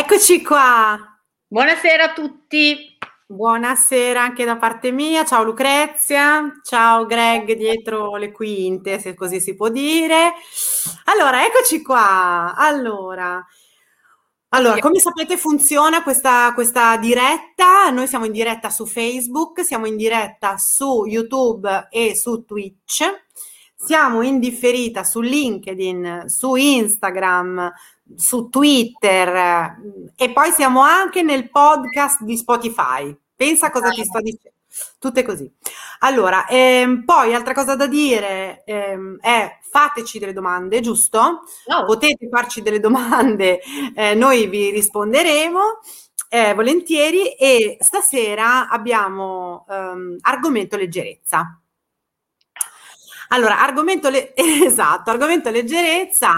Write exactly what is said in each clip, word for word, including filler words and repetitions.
Eccoci qua. Buonasera a tutti. Buonasera anche da parte mia. Ciao Lucrezia, ciao Greg dietro le quinte, se così si può dire. Allora, eccoci qua. Allora, allora, come sapete funziona questa, questa diretta? Noi siamo in diretta su Facebook, siamo in diretta su YouTube e su Twitch. Siamo in differita su LinkedIn, su Instagram, su Twitter eh, e poi siamo anche nel podcast di Spotify. Pensa cosa ti sto dicendo. Tutte così. Allora, ehm, poi altra cosa da dire ehm, è fateci delle domande, giusto? Ciao. Potete farci delle domande, eh, noi vi risponderemo eh, volentieri e stasera abbiamo ehm, argomento leggerezza. Allora, argomento, le- esatto, argomento leggerezza,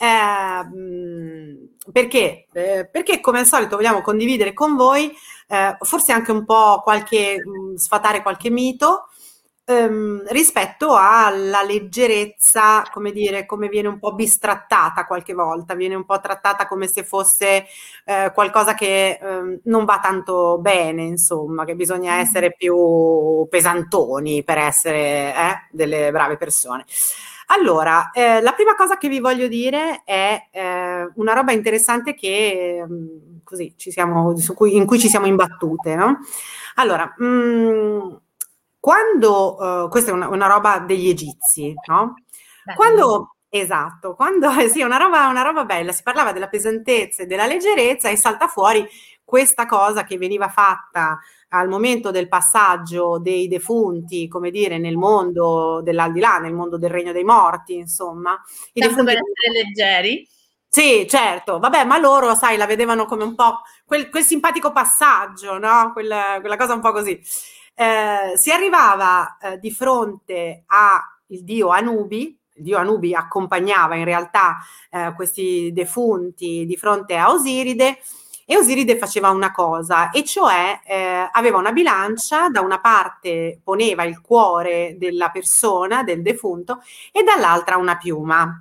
ehm, perché? Eh, perché come al solito vogliamo condividere con voi, eh, forse anche un po' qualche, mh, sfatare qualche mito, ehm, rispetto alla leggerezza, come dire, come viene un po' bistrattata qualche volta, viene un po' trattata come se fosse eh, qualcosa che ehm, non va tanto bene, insomma, che bisogna essere più pesantoni per essere eh, delle brave persone. Allora, eh, la prima cosa che vi voglio dire è eh, una roba interessante che mh, così ci siamo, su cui, in cui ci siamo imbattute, no? Allora, mh, quando, eh, questa è una, una roba degli egizi, no? Quando, esatto, quando, sì, è una roba, una roba bella, si parlava della pesantezza e della leggerezza e salta fuori questa cosa che veniva fatta al momento del passaggio dei defunti, come dire, nel mondo dell'aldilà, nel mondo del regno dei morti, insomma. I Tanto defunti per essere leggeri. sì, certo, vabbè, ma loro, sai, la vedevano come un po' quel, quel simpatico passaggio, no? Quel- quella cosa un po' così. Eh, si arrivava eh, di fronte al dio Anubi, il dio Anubi accompagnava in realtà eh, questi defunti di fronte a Osiride e Osiride faceva una cosa, e cioè eh, aveva una bilancia, da una parte poneva il cuore della persona, del defunto, e dall'altra una piuma.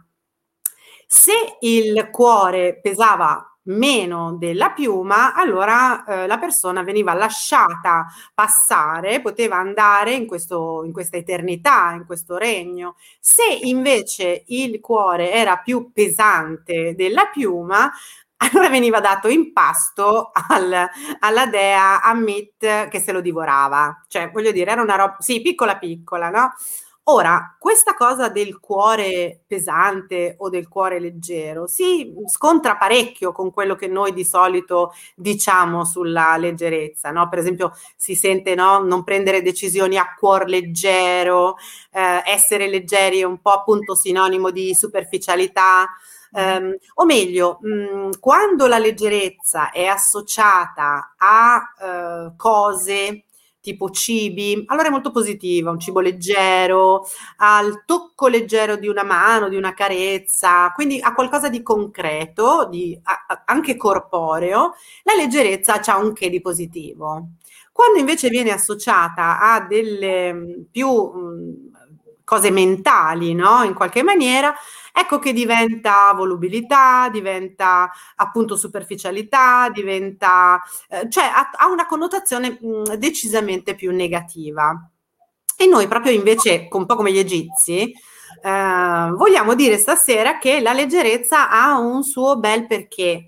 Se il cuore pesava meno della piuma, allora eh, la persona veniva lasciata passare, poteva andare in questo, in questa eternità, in questo regno. Se invece il cuore era più pesante della piuma, allora veniva dato in pasto al, alla dea Ammit che se lo divorava. Cioè, voglio dire, era una roba, sì, piccola piccola, no? Ora, questa cosa del cuore pesante o del cuore leggero si scontra parecchio con quello che noi di solito diciamo sulla leggerezza, no? Per esempio, si sente, no, non prendere decisioni a cuor leggero, eh, essere leggeri è un po' appunto sinonimo di superficialità. Um, o meglio, mh, quando la leggerezza è associata a uh, cose tipo cibi, allora è molto positiva, un cibo leggero, al tocco leggero di una mano, di una carezza, quindi a qualcosa di concreto, di, a, a, anche corporeo, la leggerezza ha un che di positivo. Quando invece viene associata a delle mh, più mh, cose mentali, no? In qualche maniera, ecco che diventa volubilità, diventa appunto superficialità, diventa, eh, cioè ha, ha una connotazione mh, decisamente più negativa. E noi proprio invece, un po' come gli egizi, eh, vogliamo dire stasera che la leggerezza ha un suo bel perché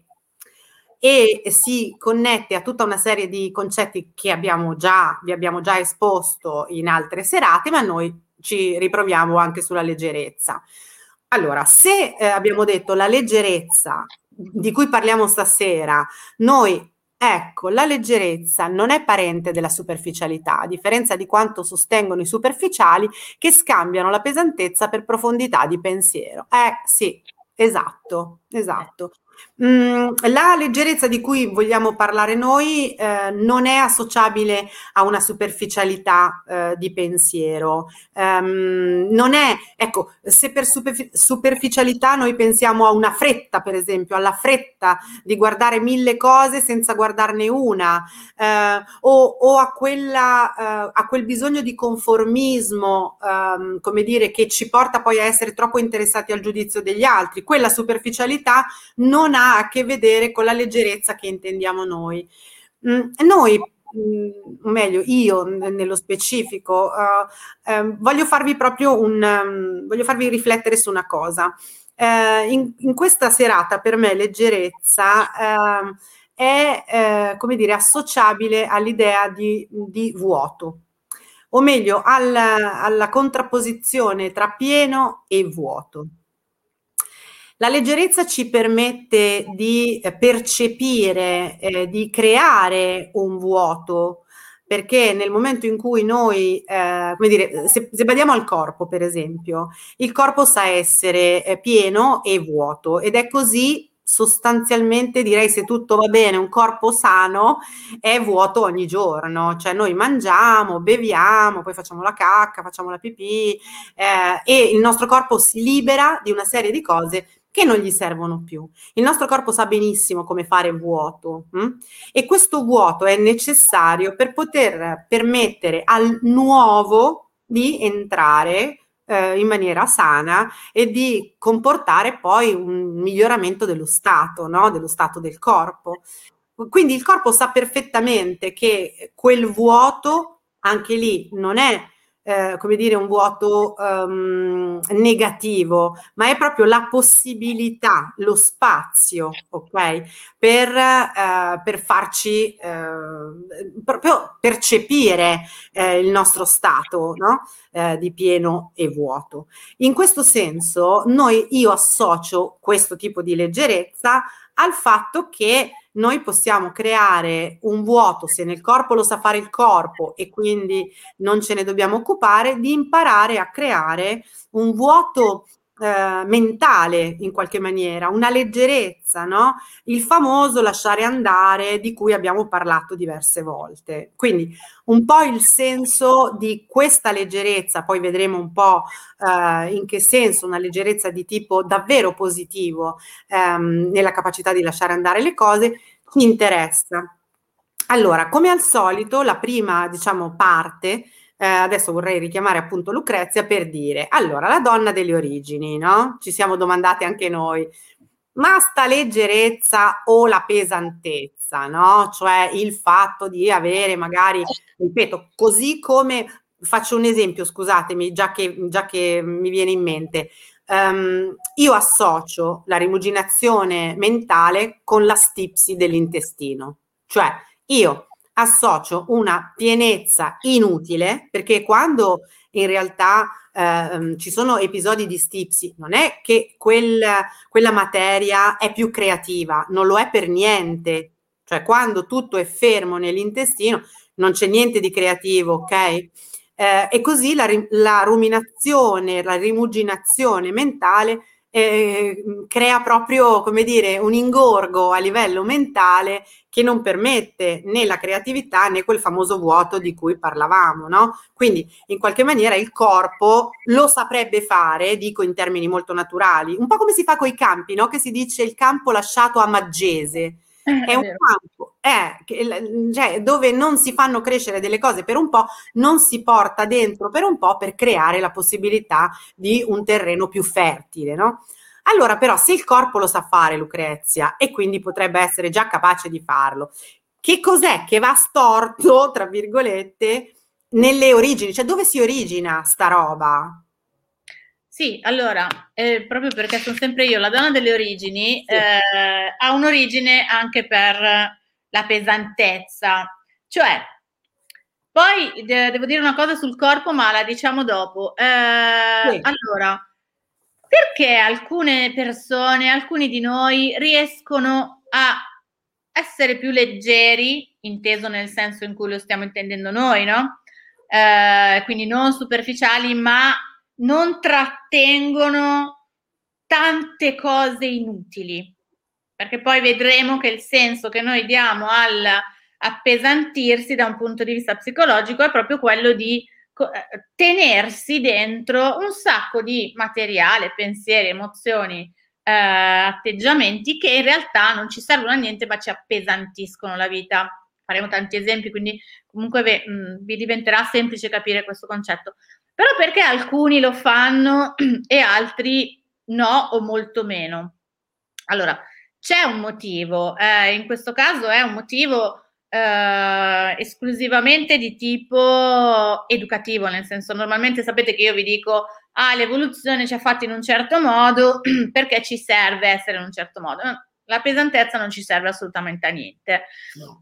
e si connette a tutta una serie di concetti che abbiamo già, vi abbiamo già esposto in altre serate, ma noi ci riproviamo anche sulla leggerezza. Allora, se eh, abbiamo detto la leggerezza di cui parliamo stasera, noi, ecco, la leggerezza non è parente della superficialità, a differenza di quanto sostengono i superficiali che scambiano la pesantezza per profondità di pensiero. Eh sì, esatto, esatto. Mm, la leggerezza di cui vogliamo parlare noi eh, non è associabile a una superficialità eh, di pensiero. Um, non è, ecco, se per super- superficialità noi pensiamo a una fretta, per esempio, alla fretta di guardare mille cose senza guardarne una, eh, o, o a, quella, eh, a quel bisogno di conformismo, ehm, come dire, che ci porta poi a essere troppo interessati al giudizio degli altri. Quella superficialità non non ha a che vedere con la leggerezza che intendiamo noi. Mm, noi, mm, o meglio, io n- nello specifico, uh, ehm, voglio farvi proprio un, um, voglio farvi riflettere su una cosa. Eh, in, in questa serata per me leggerezza ehm, è, eh, come dire, associabile all'idea di, di vuoto, o meglio, al- alla contrapposizione tra pieno e vuoto. La leggerezza ci permette di eh, percepire, eh, di creare un vuoto, perché nel momento in cui noi, eh, come dire, se, se badiamo al corpo, per esempio, il corpo sa essere eh, pieno e vuoto ed è così sostanzialmente, direi, se tutto va bene, un corpo sano è vuoto ogni giorno, cioè noi mangiamo, beviamo, poi facciamo la cacca, facciamo la pipì eh, e il nostro corpo si libera di una serie di cose che non gli servono più. Il nostro corpo sa benissimo come fare vuoto hm? E questo vuoto è necessario per poter permettere al nuovo di entrare eh, in maniera sana e di comportare poi un miglioramento dello stato, no? Dello stato del corpo. Quindi il corpo sa perfettamente che quel vuoto, anche lì, non è eh, come dire un vuoto um, negativo, ma è proprio la possibilità, lo spazio, ok? Per, eh, per farci eh, proprio percepire eh, il nostro stato, no? Eh, di pieno e vuoto. In questo senso, noi, io associo questo tipo di leggerezza al fatto che noi possiamo creare un vuoto, se nel corpo lo sa fare il corpo e quindi non ce ne dobbiamo occupare, di imparare a creare un vuoto eh, mentale in qualche maniera, una leggerezza, no? Il famoso lasciare andare di cui abbiamo parlato diverse volte. Quindi un po' il senso di questa leggerezza, poi vedremo un po' eh, in che senso, una leggerezza di tipo davvero positivo ehm, nella capacità di lasciare andare le cose, ci interessa. Allora, come al solito, la prima, diciamo, parte, eh, adesso vorrei richiamare appunto Lucrezia per dire, allora, la donna delle origini, no? Ci siamo domandate anche noi, ma sta leggerezza o la pesantezza, no? Cioè il fatto di avere magari, ripeto, così come, faccio un esempio, scusatemi, già che, già che mi viene in mente, um, io associo la rimuginazione mentale con la stipsi dell'intestino, cioè io associo una pienezza inutile, perché quando in realtà eh, ci sono episodi di stipsi, non è che quel, quella materia è più creativa, non lo è per niente. Cioè, quando tutto è fermo nell'intestino, non c'è niente di creativo, ok? Eh, e così la, la ruminazione, la rimuginazione mentale eh, crea proprio, come dire, un ingorgo a livello mentale che non permette né la creatività né quel famoso vuoto di cui parlavamo, no? Quindi in qualche maniera il corpo lo saprebbe fare, dico in termini molto naturali, un po' come si fa coi campi, no? Che si dice il campo lasciato a Maggese. È È un vero. campo eh, cioè, dove non si fanno crescere delle cose per un po', non si porta dentro per un po' per creare la possibilità di un terreno più fertile, no? Allora, però, se il corpo lo sa fare, Lucrezia, e quindi potrebbe essere già capace di farlo, che cos'è che va storto, tra virgolette, nelle origini? Cioè, dove si origina sta roba? Sì, allora, eh, proprio perché sono sempre io, la donna delle origini, Sì. eh, ha un'origine anche per la pesantezza. Cioè, poi de- devo dire una cosa sul corpo, ma la diciamo dopo. Eh, Sì. allora, perché alcune persone, alcuni di noi riescono a essere più leggeri, inteso nel senso in cui lo stiamo intendendo noi, no? Eh, quindi non superficiali, ma non trattengono tante cose inutili, perché poi vedremo che il senso che noi diamo al appesantirsi da un punto di vista psicologico è proprio quello di tenersi dentro un sacco di materiale, pensieri, emozioni, eh, atteggiamenti che in realtà non ci servono a niente ma ci appesantiscono la vita. Faremo tanti esempi, quindi comunque vi, mh, vi diventerà semplice capire questo concetto. Però perché alcuni lo fanno e altri no o molto meno? Allora, c'è un motivo, eh, in questo caso è un motivo eh, esclusivamente di tipo educativo, nel senso, normalmente sapete che io vi dico ah, l'evoluzione ci ha fatto in un certo modo perché ci serve essere in un certo modo. La pesantezza non ci serve assolutamente a niente. No.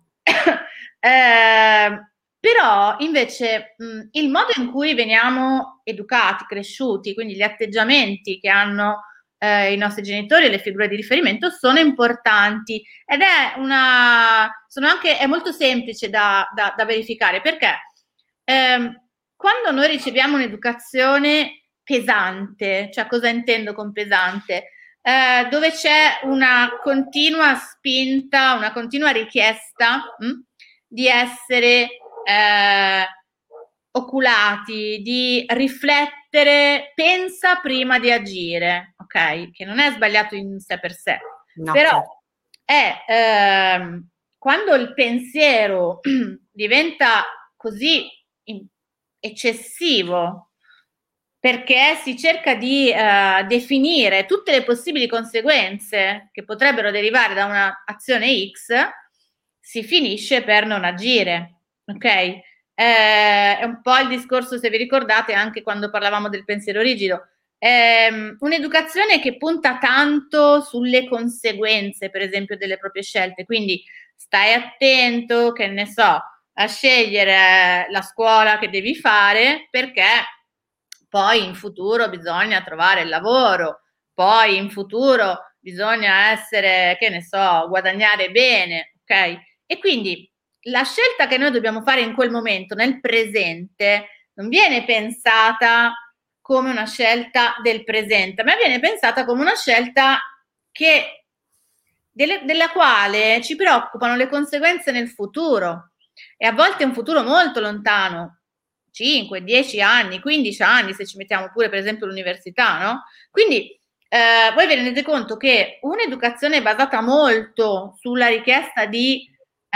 eh, però invece mh, il modo in cui veniamo educati, cresciuti, quindi gli atteggiamenti che hanno eh, i nostri genitori e le figure di riferimento sono importanti ed è una sono anche è molto semplice da, da, da verificare perché ehm, quando noi riceviamo un'educazione pesante, cioè cosa intendo con pesante? Eh, dove c'è una continua spinta, una continua richiesta mh, di essere eh, oculati, di riflettere, pensa prima di agire, ok? Che non è sbagliato in sé per sé, No, però certo. è ehm, quando il pensiero diventa così in- eccessivo perché si cerca di eh, definire tutte le possibili conseguenze che potrebbero derivare da un'azione X, si finisce per non agire, ok? Eh, è un po' il discorso, se vi ricordate, anche quando parlavamo del pensiero rigido. È un'educazione che punta tanto sulle conseguenze, per esempio, delle proprie scelte. Quindi stai attento, che ne so, a scegliere la scuola che devi fare perché poi in futuro bisogna trovare il lavoro, poi in futuro bisogna essere, che ne so, guadagnare bene, ok? E quindi la scelta che noi dobbiamo fare in quel momento, nel presente, non viene pensata come una scelta del presente, ma viene pensata come una scelta che, delle, della quale ci preoccupano le conseguenze nel futuro e a volte un futuro molto lontano, cinque, dieci anni, quindici anni, se ci mettiamo pure per esempio l'università, no? Quindi eh, voi vi rendete conto che un'educazione basata molto sulla richiesta di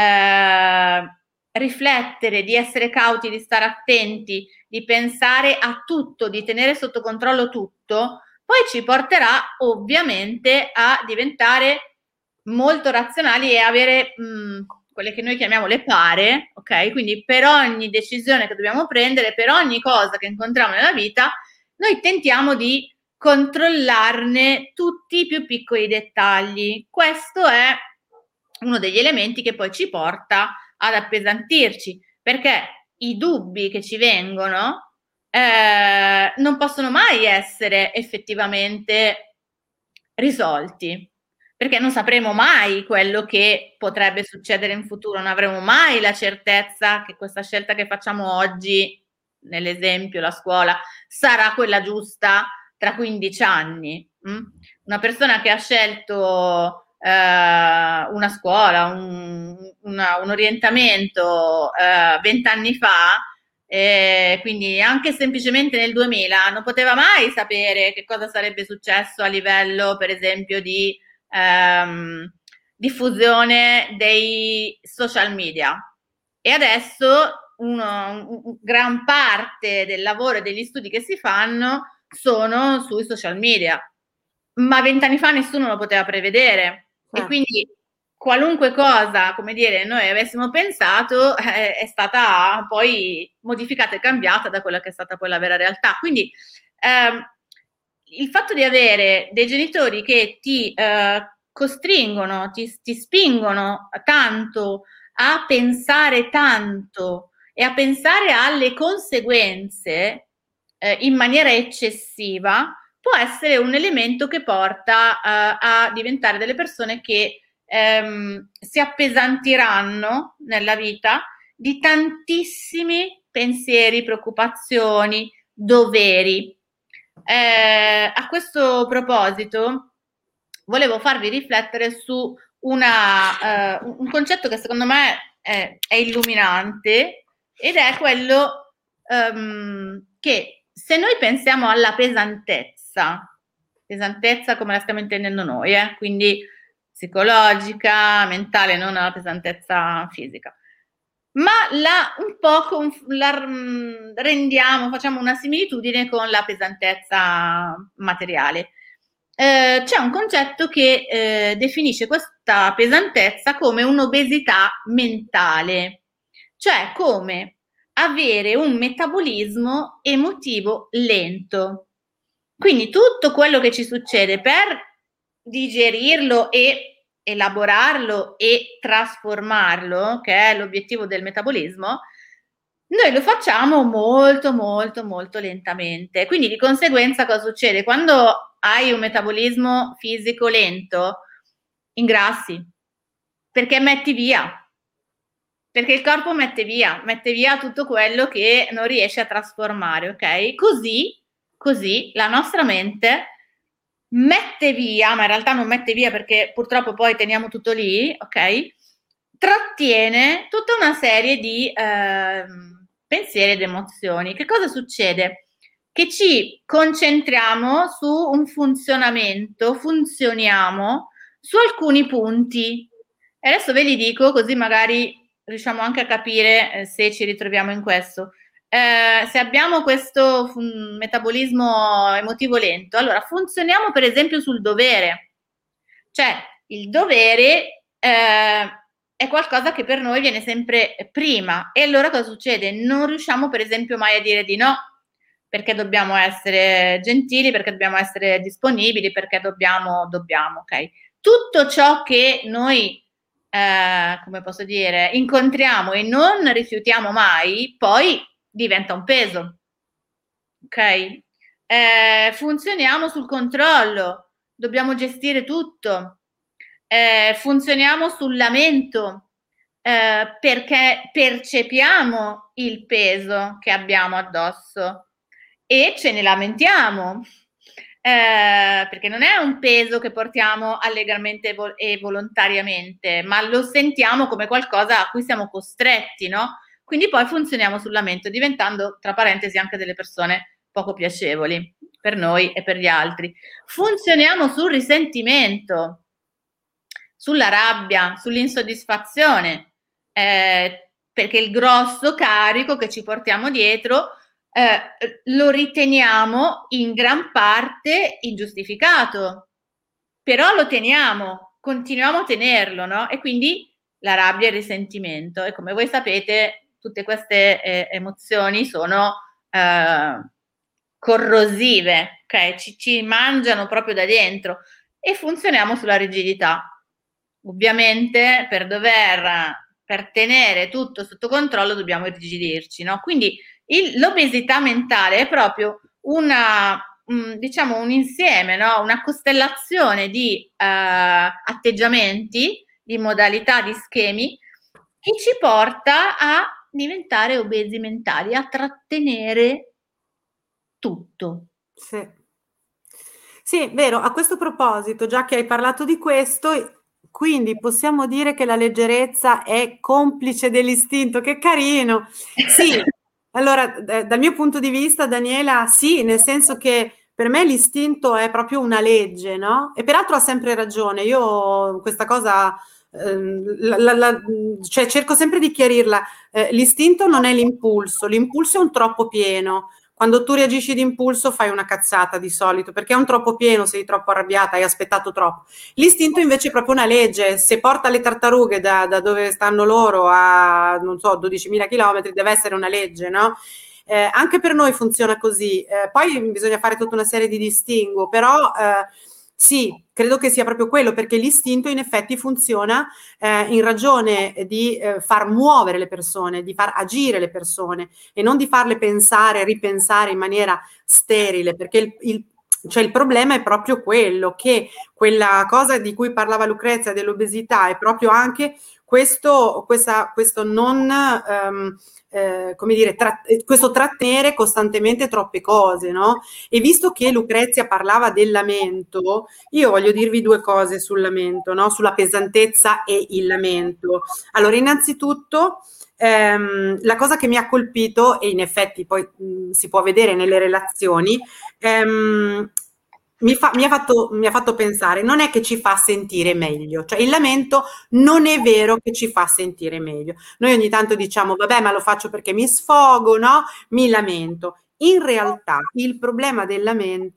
eh, riflettere, di essere cauti, di stare attenti, di pensare a tutto, di tenere sotto controllo tutto, poi ci porterà ovviamente a diventare molto razionali e avere mh, quelle che noi chiamiamo le pare, ok? Quindi per ogni decisione che dobbiamo prendere, per ogni cosa che incontriamo nella vita, noi tentiamo di controllarne tutti i più piccoli dettagli. Questo è uno degli elementi che poi ci porta ad appesantirci, perché i dubbi che ci vengono eh, non possono mai essere effettivamente risolti, perché non sapremo mai quello che potrebbe succedere in futuro, non avremo mai la certezza che questa scelta che facciamo oggi, nell'esempio la scuola, sarà quella giusta tra quindici anni. Mh? Una persona che ha scelto eh, una scuola, un, una, un orientamento vent'anni eh, fa, e quindi anche semplicemente nel duemila non poteva mai sapere che cosa sarebbe successo a livello, per esempio, di ehm, diffusione dei social media. E adesso uno, un, gran parte del lavoro e degli studi che si fanno sono sui social media, ma vent'anni fa nessuno lo poteva prevedere. Certo. E quindi qualunque cosa, come dire, noi avessimo pensato eh, è stata poi modificata e cambiata da quella che è stata poi la vera realtà. Quindi ehm, il fatto di avere dei genitori che ti eh, costringono, ti, ti spingono tanto a pensare tanto e a pensare alle conseguenze eh, in maniera eccessiva può essere un elemento che porta uh, a diventare delle persone che um, si appesantiranno nella vita di tantissimi pensieri, preoccupazioni, doveri. Eh, a questo proposito volevo farvi riflettere su una, uh, un concetto che secondo me è, è illuminante ed è quello um, che se noi pensiamo alla pesantezza, pesantezza come la stiamo intendendo noi, eh? Quindi psicologica, mentale, non alla pesantezza fisica, ma la un po' conf- la mh, rendiamo, facciamo una similitudine con la pesantezza materiale. eh, c'è un concetto che eh, definisce questa pesantezza come un'obesità mentale, cioè come avere un metabolismo emotivo lento. Quindi tutto quello che ci succede per digerirlo e elaborarlo e trasformarlo, che è l'obiettivo del metabolismo, noi lo facciamo molto, molto, molto lentamente. Quindi di conseguenza cosa succede? Quando hai un metabolismo fisico lento, ingrassi, perché metti via, perché il corpo mette via, mette via tutto quello che non riesce a trasformare, ok? Così, così la nostra mente mette via, ma in realtà non mette via perché purtroppo poi teniamo tutto lì, ok? Trattiene tutta una serie di eh, pensieri ed emozioni. Che cosa succede? Che ci concentriamo su un funzionamento, funzioniamo su alcuni punti. E adesso ve li dico così magari riusciamo anche a capire eh, se ci ritroviamo in questo. Eh, se abbiamo questo fun- metabolismo emotivo lento, allora funzioniamo per esempio sul dovere. Cioè, il dovere eh, è qualcosa che per noi viene sempre prima. E allora cosa succede? Non riusciamo per esempio mai a dire di no, perché dobbiamo essere gentili, perché dobbiamo essere disponibili, perché dobbiamo, dobbiamo, ok? Tutto ciò che noi, eh, come posso dire, incontriamo e non rifiutiamo mai, poi diventa un peso, ok? Eh, funzioniamo sul controllo, dobbiamo gestire tutto, eh, funzioniamo sul lamento, eh, perché percepiamo il peso che abbiamo addosso e ce ne lamentiamo, eh, perché non è un peso che portiamo allegramente e volontariamente, ma lo sentiamo come qualcosa a cui siamo costretti, no? Quindi poi funzioniamo sul lamento, diventando, tra parentesi, anche delle persone poco piacevoli per noi e per gli altri. Funzioniamo sul risentimento, sulla rabbia, sull'insoddisfazione, eh, perché il grosso carico che ci portiamo dietro eh, lo riteniamo in gran parte ingiustificato, però lo teniamo, continuiamo a tenerlo, no? E quindi la rabbia e il risentimento. E come voi sapete, tutte queste eh, emozioni sono eh, corrosive, ok? Ci, ci mangiano proprio da dentro e funzioniamo sulla rigidità. Ovviamente per dover, per tenere tutto sotto controllo dobbiamo irrigidirci, no? Quindi il, l'obesità mentale è proprio una, mh, diciamo un insieme, no? Una costellazione di eh, atteggiamenti, di modalità, di schemi che ci porta a diventare obesi mentali, a trattenere tutto. Sì. Sì, vero. A questo proposito, già che hai parlato di questo, quindi possiamo dire che la leggerezza è complice dell'istinto. Che carino! Sì, allora, eh, dal mio punto di vista, Daniela, sì, nel senso che per me l'istinto è proprio una legge, no? E peraltro ha sempre ragione. Io questa cosa, ehm, la- la- la- cioè cerco sempre di chiarirla. Eh, l'istinto non è l'impulso, l'impulso è un troppo pieno. Quando tu reagisci d'impulso fai una cazzata di solito, perché è un troppo pieno, sei troppo arrabbiata, hai aspettato troppo. L'istinto invece è proprio una legge, se porta le tartarughe da, da dove stanno loro a, non so, dodicimila chilometri, deve essere una legge, no? Eh, anche per noi funziona così. Eh, poi bisogna fare tutta una serie di distinguo, però eh, sì, credo che sia proprio quello, perché l'istinto in effetti funziona eh, in ragione di eh, far muovere le persone, di far agire le persone e non di farle pensare, ripensare in maniera sterile, perché il, il, cioè il problema è proprio quello, che quella cosa di cui parlava Lucrezia dell'obesità è proprio anche questo, questa, questo non... Um, Eh, come dire, tra- questo trattenere costantemente troppe cose, no? E visto che Lucrezia parlava del lamento, io voglio dirvi due cose sul lamento, no? Sulla pesantezza e il lamento. Allora, innanzitutto, ehm, la cosa che mi ha colpito, e in effetti poi mh, si può vedere nelle relazioni, ehm, mi, fa, mi, ha fatto, mi ha fatto pensare, non è che ci fa sentire meglio, cioè il lamento non è vero che ci fa sentire meglio. Noi ogni tanto diciamo, vabbè, ma lo faccio perché mi sfogo, no? Mi lamento. In realtà il problema del lamento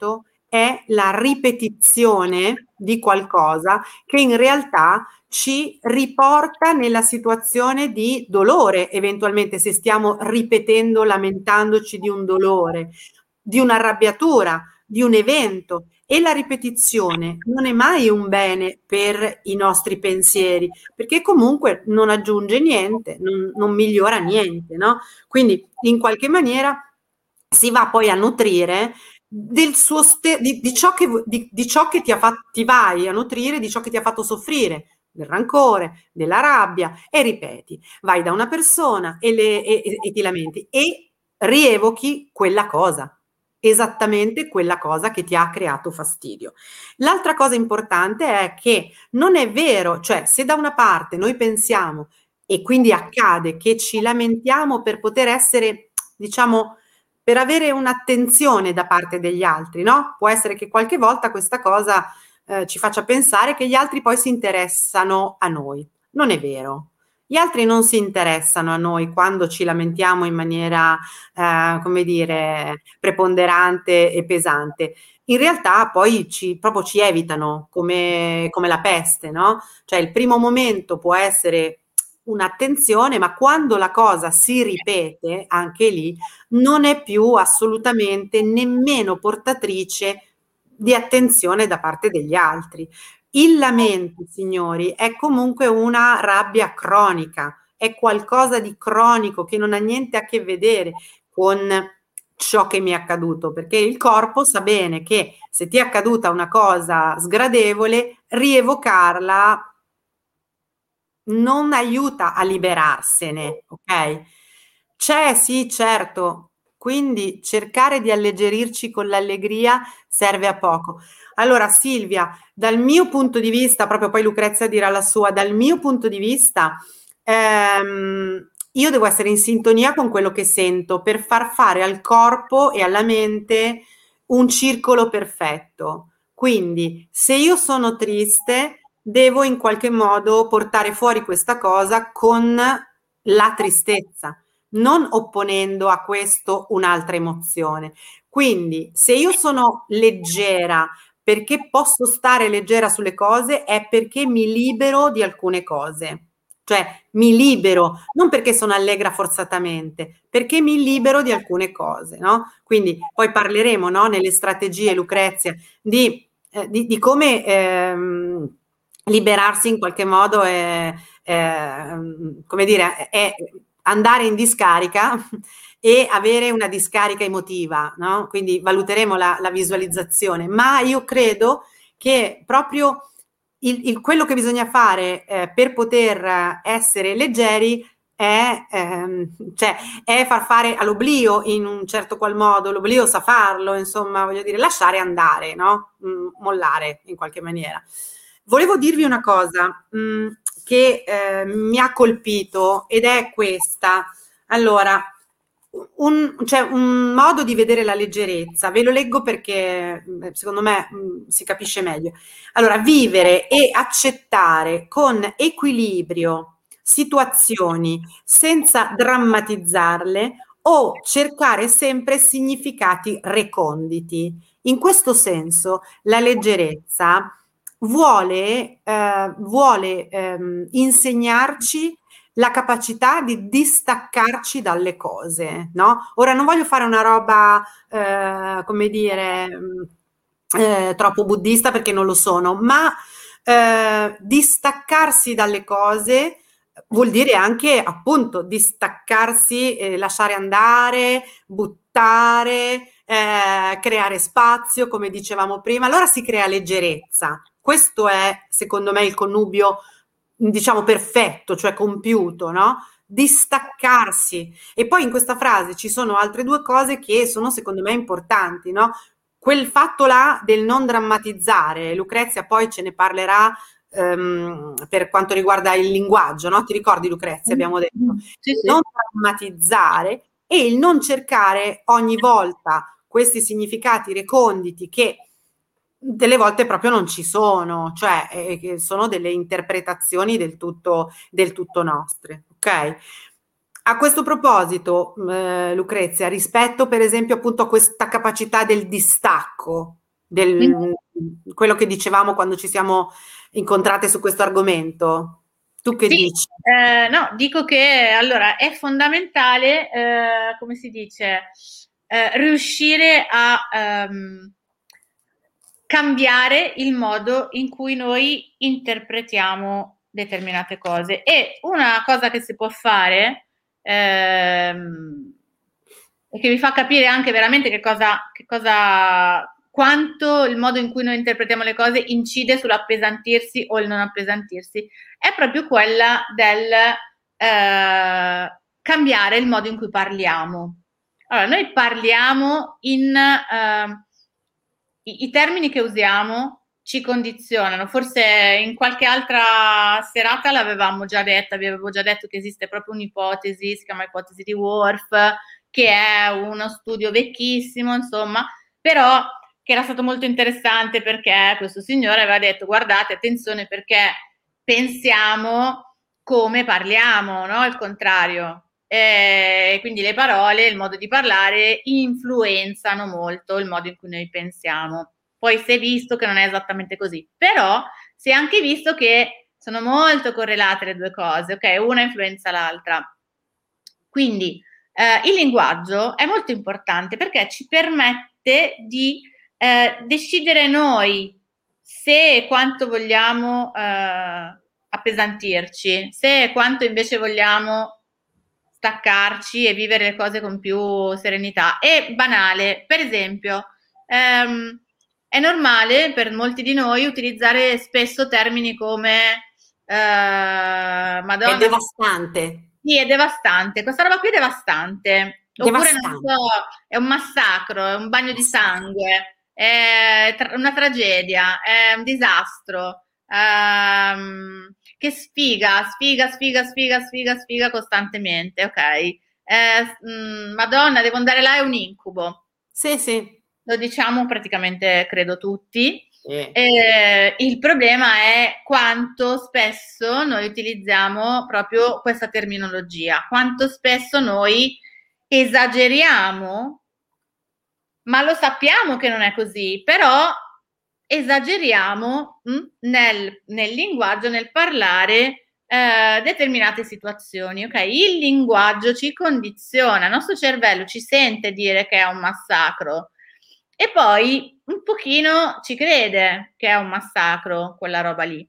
è la ripetizione di qualcosa che in realtà ci riporta nella situazione di dolore, eventualmente se stiamo ripetendo, lamentandoci di un dolore, di un'arrabbiatura, di un evento. E la ripetizione non è mai un bene per i nostri pensieri, perché comunque non aggiunge niente, non, non migliora niente, no? Quindi in qualche maniera si va poi a nutrire del suo ste- di, di ciò che, di, di ciò che ti, ha fatto, ti vai a nutrire, di ciò che ti ha fatto soffrire, del rancore, della rabbia, e ripeti, vai da una persona e, le, e, e ti lamenti e rievochi quella cosa, esattamente quella cosa che ti ha creato fastidio. L'altra cosa importante è che non è vero, cioè se da una parte noi pensiamo e quindi accade che ci lamentiamo per poter essere, diciamo, per avere un'attenzione da parte degli altri, no? Può essere che qualche volta questa cosa eh, ci faccia pensare che gli altri poi si interessano a noi. Non è vero. Gli altri non si interessano a noi quando ci lamentiamo in maniera, eh, come dire, preponderante e pesante. In realtà poi ci, proprio ci evitano come, come la peste, no? Cioè il primo momento può essere un'attenzione, ma quando la cosa si ripete, anche lì, non è più assolutamente nemmeno portatrice di attenzione da parte degli altri. Il lamento, signori, è comunque una rabbia cronica, è qualcosa di cronico che non ha niente a che vedere con ciò che mi è accaduto, perché il corpo sa bene che se ti è accaduta una cosa sgradevole, rievocarla non aiuta a liberarsene, ok? C'è, sì, certo, quindi cercare di alleggerirci con l'allegria serve a poco. Allora, Silvia, dal mio punto di vista, proprio poi Lucrezia dirà la sua, dal mio punto di vista, ehm, io devo essere in sintonia con quello che sento per far fare al corpo e alla mente un circolo perfetto. Quindi, se io sono triste, devo in qualche modo portare fuori questa cosa con la tristezza, non opponendo a questo un'altra emozione. Quindi, se io sono leggera, perché posso stare leggera sulle cose, è perché mi libero di alcune cose. Cioè, mi libero, non perché sono allegra forzatamente, perché mi libero di alcune cose, no? Quindi poi parleremo, no, nelle strategie, Lucrezia, di, eh, di, di come ehm, liberarsi in qualche modo è, è, come dire, è andare in discarica e avere una discarica emotiva, no? Quindi valuteremo la, la visualizzazione, ma io credo che proprio il, il, quello che bisogna fare eh, per poter essere leggeri è, ehm, cioè, è far fare all'oblio in un certo qual modo, l'oblio sa farlo, insomma, voglio dire, lasciare andare, no? Mm, mollare in qualche maniera. Volevo dirvi una cosa mh, che eh, mi ha colpito ed è questa. Allora, un, cioè, un modo di vedere la leggerezza, ve lo leggo perché secondo me mh, si capisce meglio. Allora, vivere e accettare con equilibrio situazioni senza drammatizzarle o cercare sempre significati reconditi. In questo senso, la leggerezza vuole, eh, vuole ehm, insegnarci la capacità di distaccarci dalle cose, no? Ora non voglio fare una roba, eh, come dire, eh, troppo buddista perché non lo sono, ma eh, distaccarsi dalle cose vuol dire anche appunto distaccarsi, eh, lasciare andare, buttare, eh, creare spazio, come dicevamo prima. Allora si crea leggerezza. Questo è, secondo me, il connubio, diciamo, perfetto, cioè compiuto, no? Distaccarsi. E poi in questa frase ci sono altre due cose che sono, secondo me, importanti, no? Quel fatto là del non drammatizzare, Lucrezia poi ce ne parlerà ehm, per quanto riguarda il linguaggio, no? Ti ricordi, Lucrezia, abbiamo detto? Sì, sì. Non drammatizzare e il non cercare ogni volta questi significati reconditi che delle volte proprio non ci sono, cioè eh, sono delle interpretazioni del tutto, del tutto nostre, ok? A questo proposito, eh, Lucrezia, rispetto per esempio appunto a questa capacità del distacco, del quello che dicevamo quando ci siamo incontrate su questo argomento. Tu che Sì, dici? eh, no, dico che allora è fondamentale, eh, come si dice, eh, riuscire a ehm, cambiare il modo in cui noi interpretiamo determinate cose. E una cosa che si può fare, ehm, e che vi fa capire anche veramente che cosa, che cosa, quanto il modo in cui noi interpretiamo le cose incide sull'appesantirsi o il non appesantirsi, è proprio quella del eh, cambiare il modo in cui parliamo. Allora, noi parliamo in eh, i, i termini che usiamo ci condizionano. Forse in qualche altra serata l'avevamo già detta, vi avevo già detto che esiste proprio un'ipotesi, si chiama ipotesi di Worf, che è uno studio vecchissimo, insomma, però che era stato molto interessante perché questo signore aveva detto: guardate, attenzione, perché pensiamo come parliamo, no? Il contrario. E quindi le parole, il modo di parlare influenzano molto il modo in cui noi pensiamo. Poi si è visto che non è esattamente così, però si è anche visto che sono molto correlate le due cose, ok? Una influenza l'altra. Quindi eh, il linguaggio è molto importante perché ci permette di eh, decidere noi se e quanto vogliamo eh, appesantirci, se e quanto invece vogliamo staccarci e vivere le cose con più serenità. È banale, per esempio, ehm, è normale per molti di noi utilizzare spesso termini come eh, È Madonna, devastante, sì, è devastante, questa roba qui è devastante, oppure non devastante. so, è un massacro, è un bagno di sangue, è tra- una tragedia, è un disastro, ehm, che sfiga, sfiga, sfiga, sfiga, sfiga, sfiga costantemente, ok? Eh, mh, Madonna, devo andare là, è un incubo. Sì, sì. Lo diciamo praticamente, credo tutti. Eh. Eh, il problema è quanto spesso noi utilizziamo proprio questa terminologia, quanto spesso noi esageriamo, ma lo sappiamo che non è così, però esageriamo mh, nel, nel linguaggio, nel parlare eh, determinate situazioni, ok? Il linguaggio ci condiziona, il nostro cervello ci sente dire che è un massacro e poi un pochino ci crede che è un massacro quella roba lì.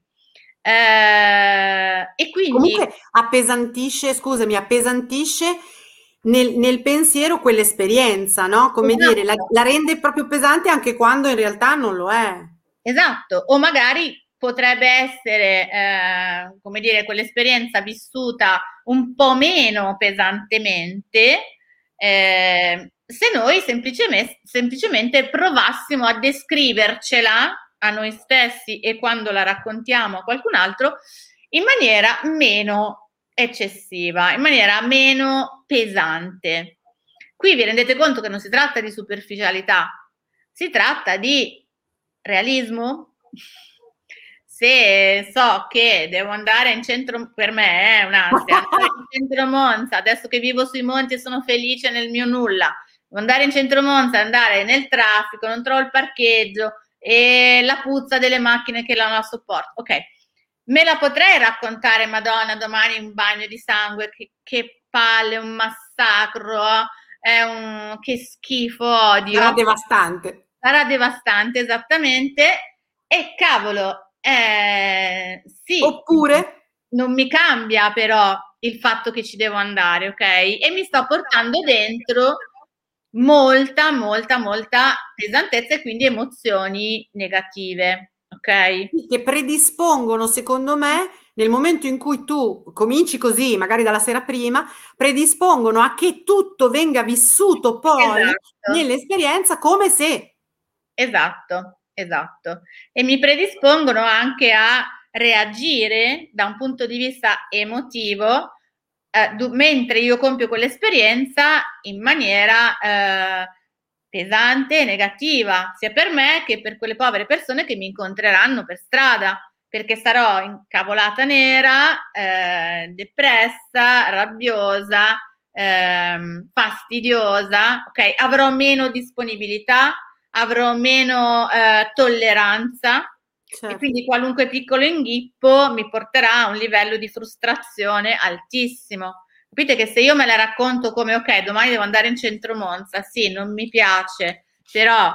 Eh, e quindi Comunque appesantisce, scusami, appesantisce nel, nel pensiero quell'esperienza, no? Come dire, la, esatto. la rende proprio pesante anche quando in realtà non lo è. Esatto, o magari potrebbe essere, eh, come dire, quell'esperienza vissuta un po' meno pesantemente, eh, se noi semplicemente, semplicemente provassimo a descrivercela a noi stessi e quando la raccontiamo a qualcun altro in maniera meno eccessiva, in maniera meno pesante. Qui vi rendete conto che non si tratta di superficialità, si tratta di realismo. Se so che devo andare in centro, per me è un'ansia, andare in centro Monza, adesso che vivo sui monti e sono felice nel mio nulla, devo andare in centro Monza, andare nel traffico, non trovo il parcheggio e la puzza delle macchine che non la sopporto. Ok, me la potrei raccontare, Madonna, domani un bagno di sangue, che, che palle, un massacro, è un, che schifo, Sarà odio. devastante. Sarà devastante, esattamente. E cavolo, eh, sì, Oppure, non mi cambia però il fatto che ci devo andare, ok? E mi sto portando dentro molta, molta, molta pesantezza e quindi emozioni negative, ok? che predispongono, secondo me, nel momento in cui tu cominci così, magari dalla sera prima, predispongono a che tutto venga vissuto poi Esatto. nell'esperienza come se. Esatto, esatto. E mi predispongono anche a reagire da un punto di vista emotivo, eh, du- mentre io compio quell'esperienza in maniera eh, pesante e negativa, sia per me che per quelle povere persone che mi incontreranno per strada, perché sarò incavolata nera, eh, depressa, rabbiosa, ehm, fastidiosa, ok? Avrò meno disponibilità, avrò meno eh, tolleranza Certo. e quindi qualunque piccolo inghippo mi porterà a un livello di frustrazione altissimo. Capite che se io me la racconto come ok, domani devo andare in centro Monza, sì, non mi piace, però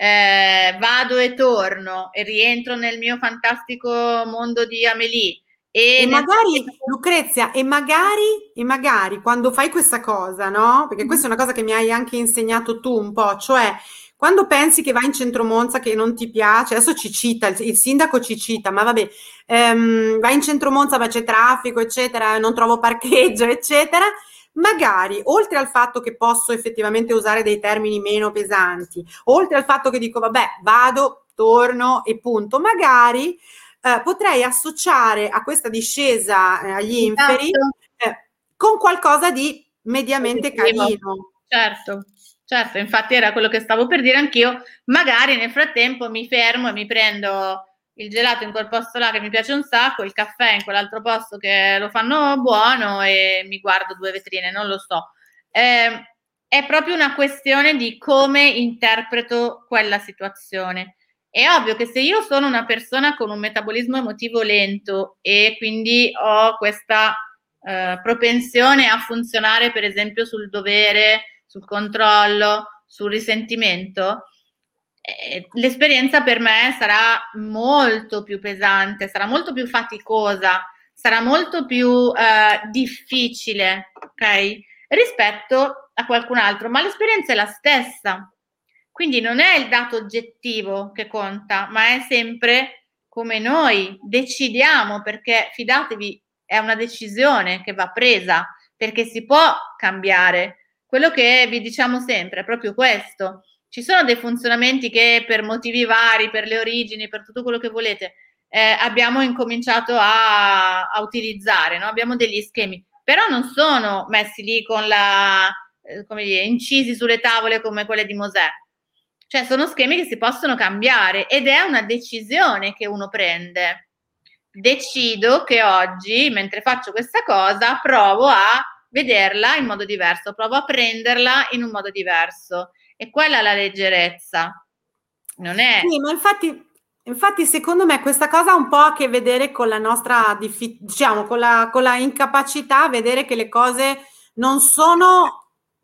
eh, vado e torno e rientro nel mio fantastico mondo di Amélie e E nel magari, Lucrezia, e magari, e magari quando fai questa cosa, no? Perché questa è una cosa che mi hai anche insegnato tu un po', cioè quando pensi che vai in centro Monza che non ti piace, adesso ci cita, il, il sindaco ci cita, ma vabbè, ehm, vai in centro Monza ma c'è traffico, eccetera, non trovo parcheggio, eccetera, magari, oltre al fatto che posso effettivamente usare dei termini meno pesanti, oltre al fatto che dico, vabbè, vado, torno e punto, magari eh, potrei associare a questa discesa eh, agli inferi Esatto. eh, con qualcosa di mediamente Positivo. carino. Certo, certo, infatti era quello che stavo per dire anch'io. Magari nel frattempo mi fermo e mi prendo il gelato in quel posto là che mi piace un sacco, il caffè in quell'altro posto che lo fanno buono e mi guardo due vetrine, non lo so. Eh, è proprio una questione di come interpreto quella situazione. È ovvio che se io sono una persona con un metabolismo emotivo lento e quindi ho questa eh, propensione a funzionare, per esempio, sul dovere, sul controllo, sul risentimento, eh, l'esperienza per me sarà molto più pesante, sarà molto più faticosa, sarà molto più eh, difficile, ok? Rispetto a qualcun altro, ma l'esperienza è la stessa. Quindi non è il dato oggettivo che conta, ma è sempre come noi decidiamo, perché fidatevi, è una decisione che va presa, perché si può cambiare. Quello che vi diciamo sempre è proprio questo. Ci sono dei funzionamenti che per motivi vari, per le origini, per tutto quello che volete, eh, abbiamo incominciato a, a utilizzare, no? Abbiamo degli schemi, però non sono messi lì con la, eh, come dire, incisi sulle tavole come quelle di Mosè. Cioè sono schemi che si possono cambiare ed è una decisione che uno prende. Decido che oggi, mentre faccio questa cosa, provo a vederla in modo diverso, provo a prenderla in un modo diverso. E quella è la leggerezza. Non è... Sì, ma infatti, infatti secondo me questa cosa ha un po' a che vedere con la nostra, diffi- diciamo, con la, con la incapacità a vedere che le cose non sono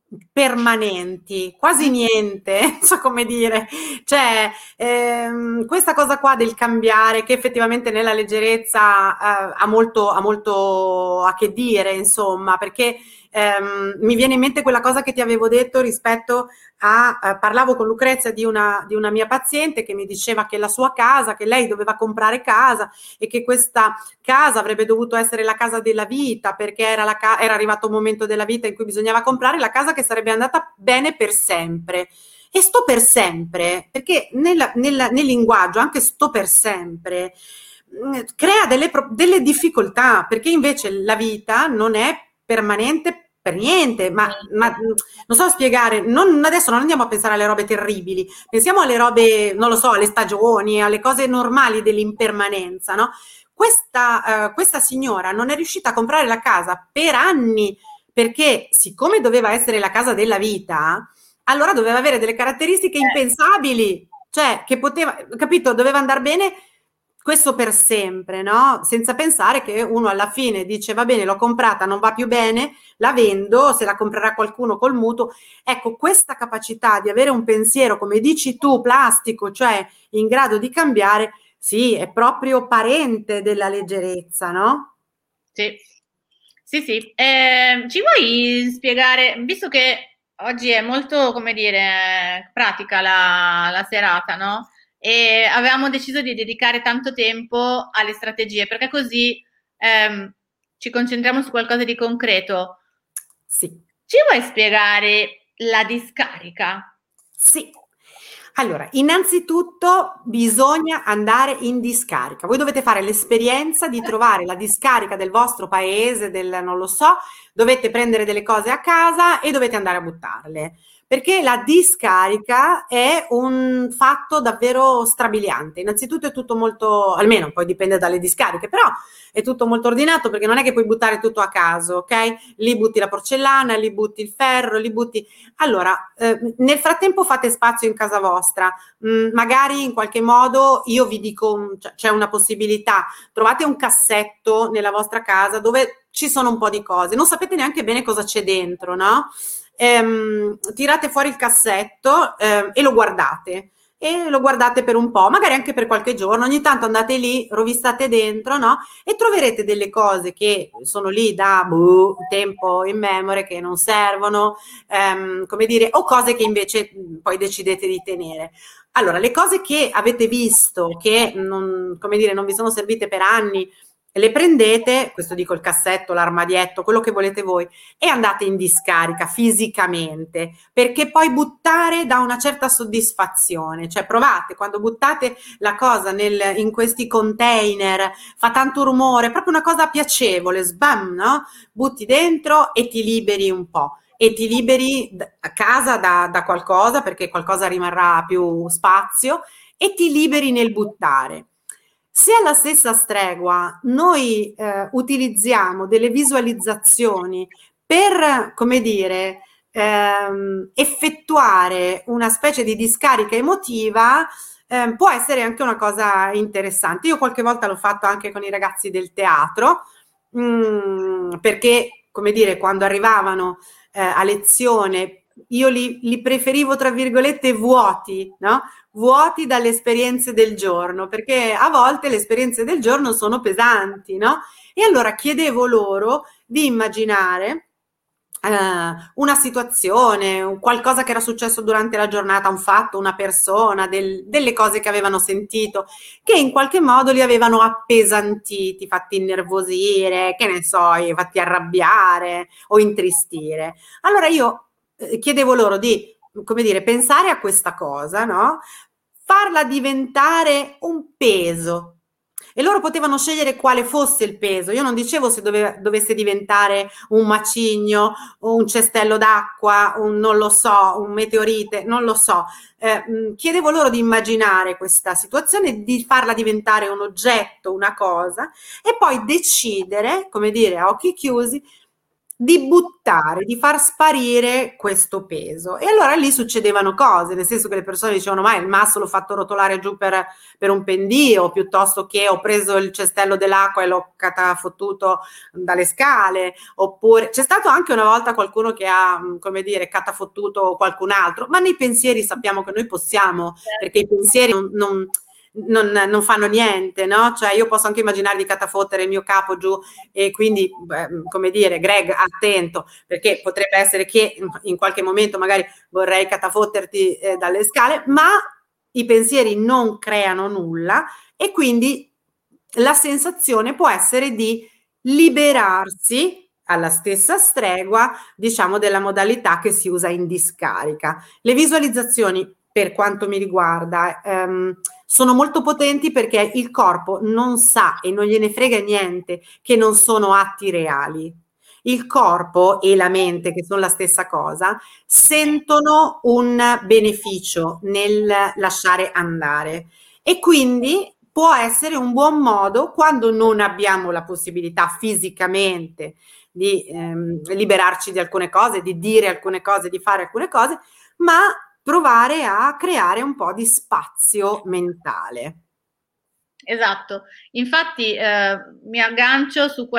permanenti, quasi niente, non so come dire, cioè ehm, questa cosa qua del cambiare che effettivamente nella leggerezza eh, ha molto, ha molto a che dire, insomma, perché ehm, mi viene in mente quella cosa che ti avevo detto rispetto a, eh, parlavo con Lucrezia di una, di una mia paziente che mi diceva che la sua casa, che lei doveva comprare casa e che questa casa avrebbe dovuto essere la casa della vita perché era, la ca- era arrivato un momento della vita in cui bisognava comprare la casa che sarebbe andata bene per sempre. E sto per sempre, perché nella- nella- nel linguaggio anche sto per sempre mh, crea delle, pro- delle difficoltà, perché invece la vita non è permanente per niente, ma, ma mh, non so spiegare, non, adesso non andiamo a pensare alle robe terribili, pensiamo alle robe, non lo so, alle stagioni, alle cose normali dell'impermanenza, no? Questa, eh, questa signora non è riuscita a comprare la casa per anni perché, siccome doveva essere la casa della vita, allora doveva avere delle caratteristiche impensabili, cioè che poteva, capito, doveva andare bene questo per sempre, no? Senza pensare che uno alla fine dice va bene, l'ho comprata, non va più bene, la vendo, se la comprerà qualcuno col mutuo. Ecco, questa capacità di avere un pensiero, come dici tu, plastico, cioè in grado di cambiare, sì, è proprio parente della leggerezza, no? Sì, sì, sì. Eh, ci vuoi spiegare, visto che oggi è molto, come dire, pratica la, la serata, no? E avevamo deciso di dedicare tanto tempo alle strategie, perché così ehm, ci concentriamo su qualcosa di concreto. Sì. Ci vuoi spiegare la discarica? Sì. Allora, innanzitutto bisogna andare in discarica. Voi dovete fare l'esperienza di trovare la discarica del vostro paese, del non lo so, dovete prendere delle cose a casa e dovete andare a buttarle. Perché la discarica è un fatto davvero strabiliante. Innanzitutto è tutto molto, almeno poi dipende dalle discariche, però è tutto molto ordinato perché non è che puoi buttare tutto a caso, ok? Lì butti la porcellana, lì butti il ferro, lì butti... Allora, eh, nel frattempo fate spazio in casa vostra, mm, magari in qualche modo io vi dico, cioè, c'è una possibilità, trovate un cassetto nella vostra casa dove ci sono un po' di cose, non sapete neanche bene cosa c'è dentro, no? Ehm, tirate fuori il cassetto ehm, e lo guardate e lo guardate per un po', magari anche per qualche giorno, ogni tanto andate lì, rovistate dentro, no? E troverete delle cose che sono lì da boh, tempo immemore, che non servono, ehm, come dire, o cose che invece mh, poi decidete di tenere. Allora, le cose che avete visto che non, come dire, non vi sono servite per anni, le prendete, questo dico il cassetto, l'armadietto, quello che volete voi, e andate in discarica fisicamente, perché poi buttare dà una certa soddisfazione, cioè provate, quando buttate la cosa nel, in questi container, fa tanto rumore, è proprio una cosa piacevole, sbam, no? Butti dentro e ti liberi un po'. E ti liberi a casa da, da qualcosa, perché qualcosa rimarrà più spazio, e ti liberi nel buttare. Se alla stessa stregua noi eh, utilizziamo delle visualizzazioni per, come dire, ehm, effettuare una specie di discarica emotiva, ehm, può essere anche una cosa interessante. Io qualche volta l'ho fatto anche con i ragazzi del teatro, mh, perché, come dire, quando arrivavano eh, a lezione, io li, li preferivo, tra virgolette, vuoti, no? Vuoti dalle esperienze del giorno, perché a volte le esperienze del giorno sono pesanti, no? E allora chiedevo loro di immaginare eh, una situazione, qualcosa che era successo durante la giornata, un fatto, una persona, del, delle cose che avevano sentito, che in qualche modo li avevano appesantiti, fatti innervosire, che ne so, fatti arrabbiare o intristire. Allora io eh, chiedevo loro di, come dire, pensare a questa cosa, no? Farla diventare un peso. E loro potevano scegliere quale fosse il peso. Io non dicevo se dove, dovesse diventare un macigno, o un cestello d'acqua, un non lo so, un meteorite, non lo so. Eh, mh, chiedevo loro di immaginare questa situazione, di farla diventare un oggetto, una cosa, e poi decidere, come dire, a occhi chiusi, di buttare, di far sparire questo peso. E allora lì succedevano cose, nel senso che le persone dicevano: ma il masso l'ho fatto rotolare giù per, per un pendio, piuttosto che ho preso il cestello dell'acqua e l'ho catafottuto dalle scale, oppure c'è stato anche una volta qualcuno che ha, come dire, catafottuto qualcun altro, ma nei pensieri sappiamo che noi possiamo, perché i pensieri non, non Non, non fanno niente, no? Cioè io posso anche immaginare di catafottere il mio capo giù e quindi, beh, come dire, Greg, attento, perché potrebbe essere che in qualche momento magari vorrei catafotterti eh, dalle scale, ma i pensieri non creano nulla e quindi la sensazione può essere di liberarsi alla stessa stregua, diciamo, della modalità che si usa in discarica. Le visualizzazioni, per quanto mi riguarda, ehm, sono molto potenti perché il corpo non sa e non gliene frega niente che non sono atti reali. Il corpo e la mente, che sono la stessa cosa, sentono un beneficio nel lasciare andare e quindi può essere un buon modo, quando non abbiamo la possibilità fisicamente di ehm, liberarci di alcune cose, di dire alcune cose, di fare alcune cose, ma provare a creare un po' di spazio mentale. Esatto, infatti eh, mi aggancio su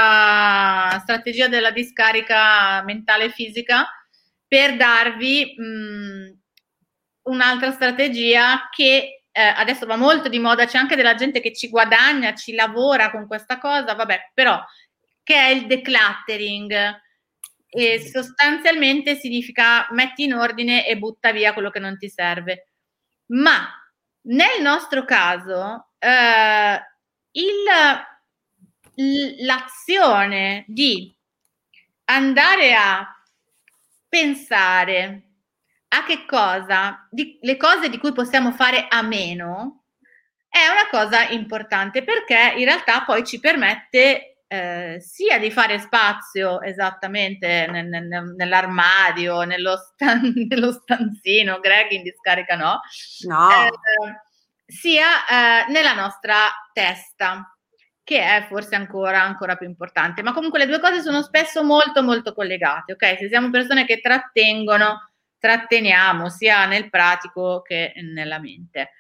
questa strategia della discarica mentale e fisica per darvi mh, un'altra strategia che eh, adesso va molto di moda, c'è anche della gente che ci guadagna, ci lavora con questa cosa, vabbè, però che è il decluttering. E sostanzialmente significa metti in ordine e butta via quello che non ti serve. Ma nel nostro caso eh, il, l'azione di andare a pensare a che cosa, di, le cose di cui possiamo fare a meno, è una cosa importante perché in realtà poi ci permette eh, sia di fare spazio esattamente nel, nel, nell'armadio, nello, stan- nello stanzino, Greg in discarica no, No. eh, sia eh, nella nostra testa, che è forse ancora, ancora più importante. Ma comunque le due cose sono spesso molto molto collegate, ok? Se siamo persone che trattengono, tratteniamo sia nel pratico che nella mente.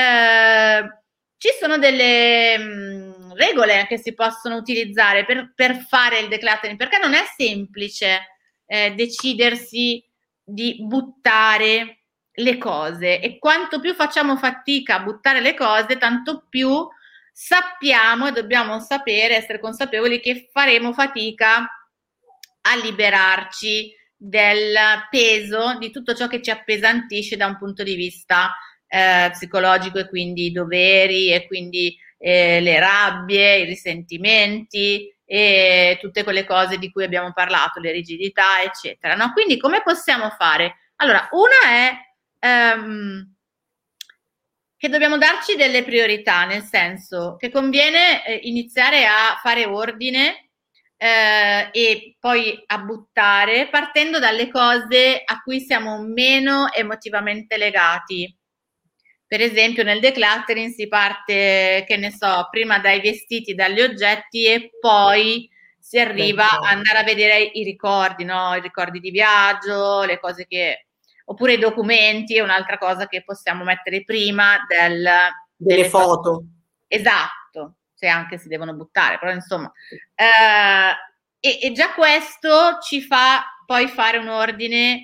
Eh, ci sono delle mh, regole che si possono utilizzare per, per fare il decluttering, perché non è semplice eh, decidersi di buttare le cose, e quanto più facciamo fatica a buttare le cose, tanto più sappiamo e dobbiamo sapere, essere consapevoli che faremo fatica a liberarci del peso di tutto ciò che ci appesantisce da un punto di vista eh, psicologico, e quindi i doveri, e quindi eh, le rabbie, i risentimenti e tutte quelle cose di cui abbiamo parlato, le rigidità, eccetera. No? Quindi come possiamo fare? Allora, una è ehm, che dobbiamo darci delle priorità, nel senso che conviene eh, iniziare a fare ordine eh, e poi a buttare, partendo dalle cose a cui siamo meno emotivamente legati. Per esempio nel decluttering si parte, che ne so, prima dai vestiti, dagli oggetti, e poi si arriva a andare a vedere i ricordi, no? I ricordi di viaggio, le cose che... oppure i documenti è un'altra cosa che possiamo mettere prima del, delle, delle foto. Cose. Esatto, se anche si devono buttare, però insomma. Eh, e, e già questo ci fa poi fare un ordine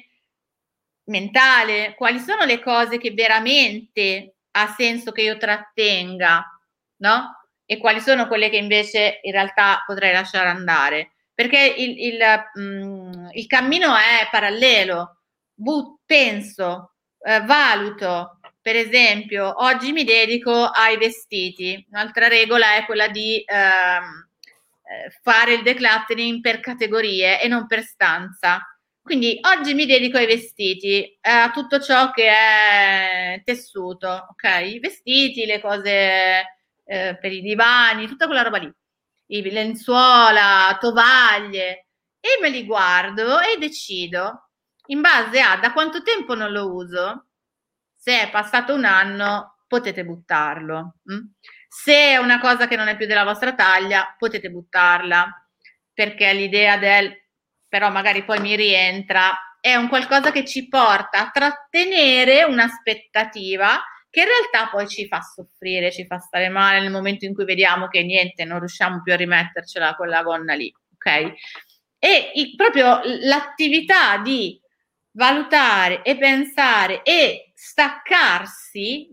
mentale, quali sono le cose che veramente ha senso che io trattenga, no? E quali sono quelle che invece in realtà potrei lasciare andare, perché il, il, mh, il cammino è parallelo. But, penso, eh, valuto, per esempio oggi mi dedico ai vestiti, un'altra regola è quella di ehm, eh, fare il decluttering per categorie e non per stanza. Quindi oggi mi dedico ai vestiti, eh, a tutto ciò che è tessuto, ok? I vestiti, le cose eh, per i divani, tutta quella roba lì, i lenzuola, tovaglie, e me li guardo e decido in base a da quanto tempo non lo uso. Se è passato un anno, potete buttarlo. Mm? Se è una cosa che non è più della vostra taglia, potete buttarla, perché l'idea del però magari poi mi rientra è un qualcosa che ci porta a trattenere un'aspettativa che in realtà poi ci fa soffrire, ci fa stare male nel momento in cui vediamo che niente, non riusciamo più a rimettercela quella gonna lì, ok? E il, proprio l'attività di valutare e pensare e staccarsi,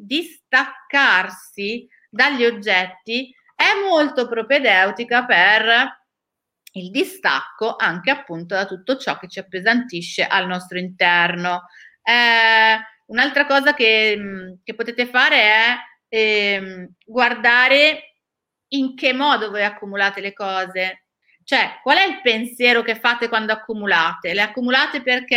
distaccarsi dagli oggetti è molto propedeutica per il distacco anche appunto da tutto ciò che ci appesantisce al nostro interno. Eh, un'altra cosa che, che potete fare è eh, guardare in che modo voi accumulate le cose, cioè qual è il pensiero che fate quando accumulate? Le accumulate perché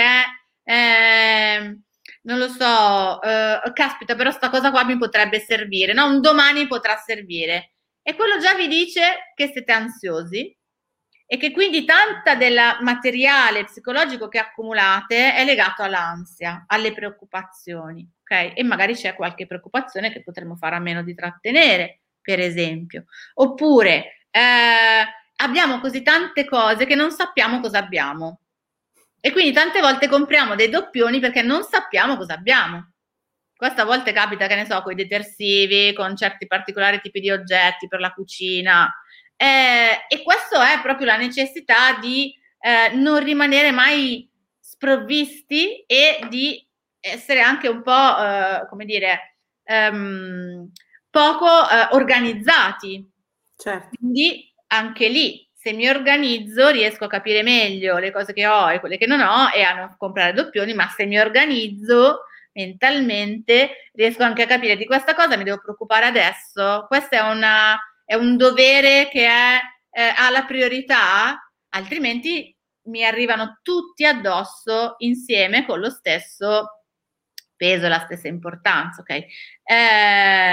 eh, non lo so, eh, caspita, però sta cosa qua mi potrebbe servire, no? Un domani potrà servire, e quello già vi dice che siete ansiosi e che quindi tanta del materiale psicologico che accumulate è legato all'ansia, alle preoccupazioni, ok? E magari c'è qualche preoccupazione che potremmo fare a meno di trattenere, per esempio. Oppure eh, abbiamo così tante cose che non sappiamo cosa abbiamo. E quindi tante volte compriamo dei doppioni perché non sappiamo cosa abbiamo. Questa a volte capita, che ne so, con i detersivi, con certi particolari tipi di oggetti per la cucina. Eh, e questo è proprio la necessità di eh, non rimanere mai sprovvisti e di essere anche un po', eh, come dire, ehm, poco eh, organizzati. Certo. Quindi anche lì, se mi organizzo, riesco a capire meglio le cose che ho e quelle che non ho e a non comprare doppioni, ma se mi organizzo mentalmente riesco anche a capire di questa cosa mi devo preoccupare adesso, questo è, una, è un dovere che è, eh, ha la priorità, altrimenti mi arrivano tutti addosso insieme con lo stesso peso e la stessa importanza, ok? Eh,